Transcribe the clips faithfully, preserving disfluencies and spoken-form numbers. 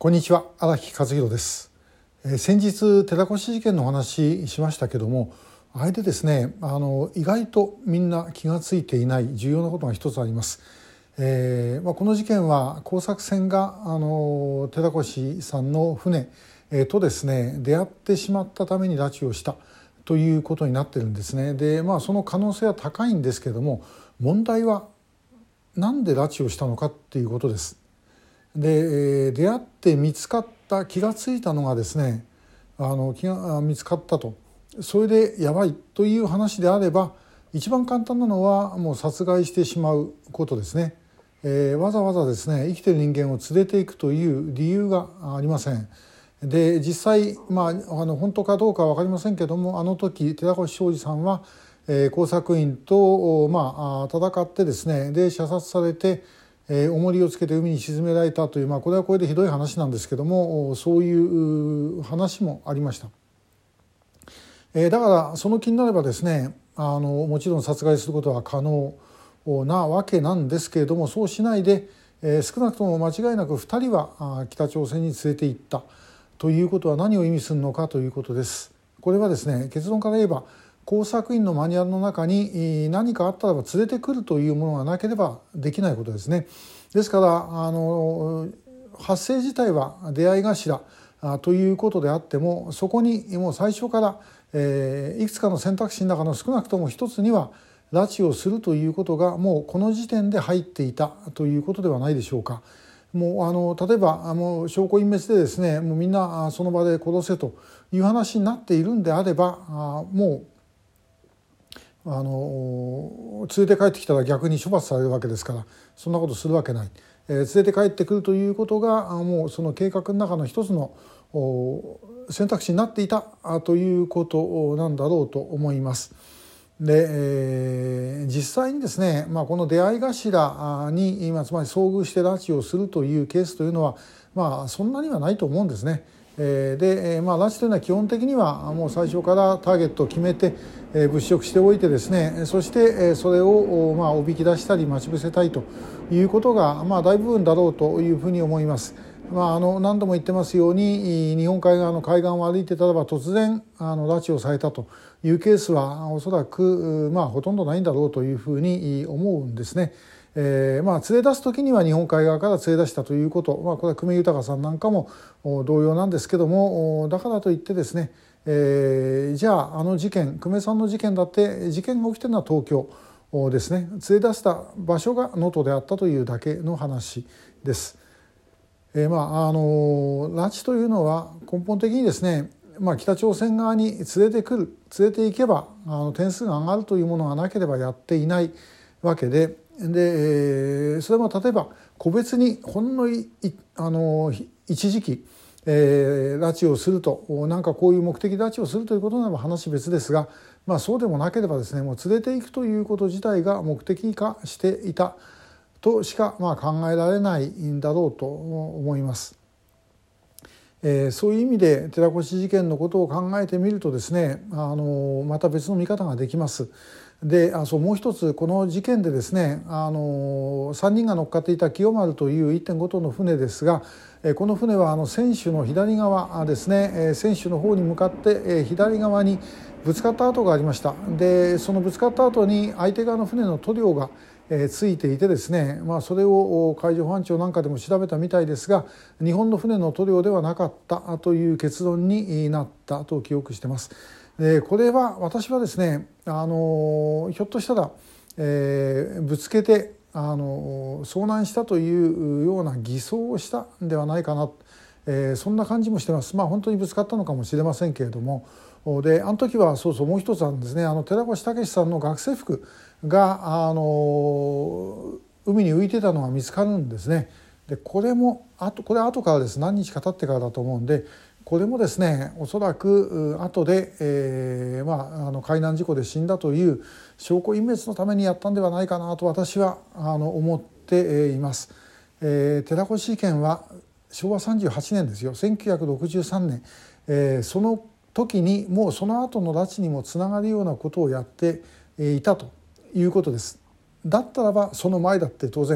こんにちは、荒木和弘です。えー、先日寺越事件のお話しましたけども、あれでですねあの意外とみんな気がついていない重要なことが一つあります。えーまあ、この事件は工作船があの寺越さんの船、えー、とですね出会ってしまったために拉致をしたということになってるんですね。で、まあ、その可能性は高いんですけども、問題はなんで拉致をしたのかっていうことです。で出会って見つかった気がついたのがですねあの気が見つかったと、それでやばいという話であれば、一番簡単なのはもう殺害してしまうことですね。えー、わざわざですね生きている人間を連れていくという理由がありません。で実際、まあ、あの本当かどうかは分かりませんけども、あの時寺越昌司さんは、えー、工作員と、まあ、戦ってですねで射殺されて、えー、重りをつけて海に沈められたという、まあ、これはこれでひどい話なんですけども、そういう話もありました。えー、だからその気になればですねあのもちろん殺害することは可能なわけなんですけれども、そうしないで、えー、少なくとも間違いなくふたりは北朝鮮に連れて行ったということは何を意味するのかということです。これはですね結論から言えば、工作員のマニュアルの中に何かあったらば連れてくるというものがなければできないことですね。ですからあの発生自体は出会い頭ということであっても、そこにもう最初から、えー、いくつかの選択肢の中の少なくとも一つには拉致をするということがもうこの時点で入っていたということではないでしょうか。もうあの例えばあの証拠隠滅でですねもうみんなその場で殺せという話になっているんであれば、あもうあの連れて帰ってきたら逆に処罰されるわけですから、そんなことするわけない。えー、連れて帰ってくるということがもうその計画の中の一つの選択肢になっていたということなんだろうと思います。で、えー、実際にですね、まあ、この出会い頭に今つまり遭遇して拉致をするというケースというのは、まあ、そんなにはないと思うんですね。えー、で、まあ、拉致というのは基本的にはもう最初からターゲットを決めて、えー、物色しておいてですね、そしてそれを、まあ、おびき出したり待ち伏せたいということが、まあ、大部分だろうというふうに思います。まあ、あの何度も言ってますように、日本海側の海岸を歩いてたらば突然あの拉致をされたというケースはおそらく、まあ、ほとんどないんだろうというふうに思うんですね。えーまあ、連れ出す時には日本海側から連れ出したということ、まあ、これは久米豊さんなんかも同様なんですけども、だからといってですね、えー、じゃああの事件久米さんの事件だって事件が起きてるのは東京ですね、連れ出した場所が能登であったというだけの話です。えーまあ、あの拉致というのは根本的にですね、まあ、北朝鮮側に連れてくる連れていけばあの点数が上がるというものがなければやっていないわけで、で、えー、それも例えば個別にほんのいあの一時期、えー、拉致をするとなんかこういう目的で拉致をするということならば話別ですが、まあ、そうでもなければですねもう連れていくということ自体が目的化していたとしかまあ考えられないんだろうと思います。えー、そういう意味で寺越事件のことを考えてみるとですね、あのまた別の見方ができます。で、あそうもう一つこの事件でですね、あのさんにんが乗っかっていた清丸という いってんご トンの船ですが、この船はあの船首の左側ですね、船首の方に向かって左側にぶつかった跡がありました。でそのぶつかった後に相手側の船の塗料がついていてですね、まあ、それを海上保安庁なんかでも調べたみたいですが、日本の船の塗料ではなかったという結論になったと記憶しています。でこれは私はですねあのひょっとしたら、えー、ぶつけてあの遭難したというような偽装をしたんではないかな、えー、そんな感じもしてます。まあ本当にぶつかったのかもしれませんけれども、であの時はそうそうもう一つあるんですね。あの寺越武さんの学生服があの海に浮いてたのが見つかるんですね。でこれもあとこれ後からです、何日か経ってからだと思うんで、これもですねおそらく後で、えーまあ、あの海難事故で死んだという証拠隠滅のためにやったんではないかなと私はあの思っています。えー、寺越事件はしょうわさんじゅうはちねんですよ、せんきゅうひゃくろくじゅうさんねん、えー、その時にもうその後の拉致にもつながるようなことをやっていたということです。だったらばその前だって当然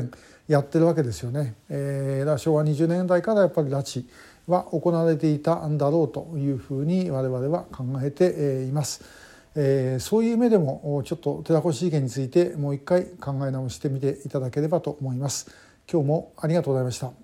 やってるわけですよね。えー、だからしょうわにじゅうねんだいからやっぱり拉致は行われていたんだろうというふうに我々は考えています。えー、そういう目でもちょっと寺越事件についてもう一回考え直してみていただければと思います。今日もありがとうございました。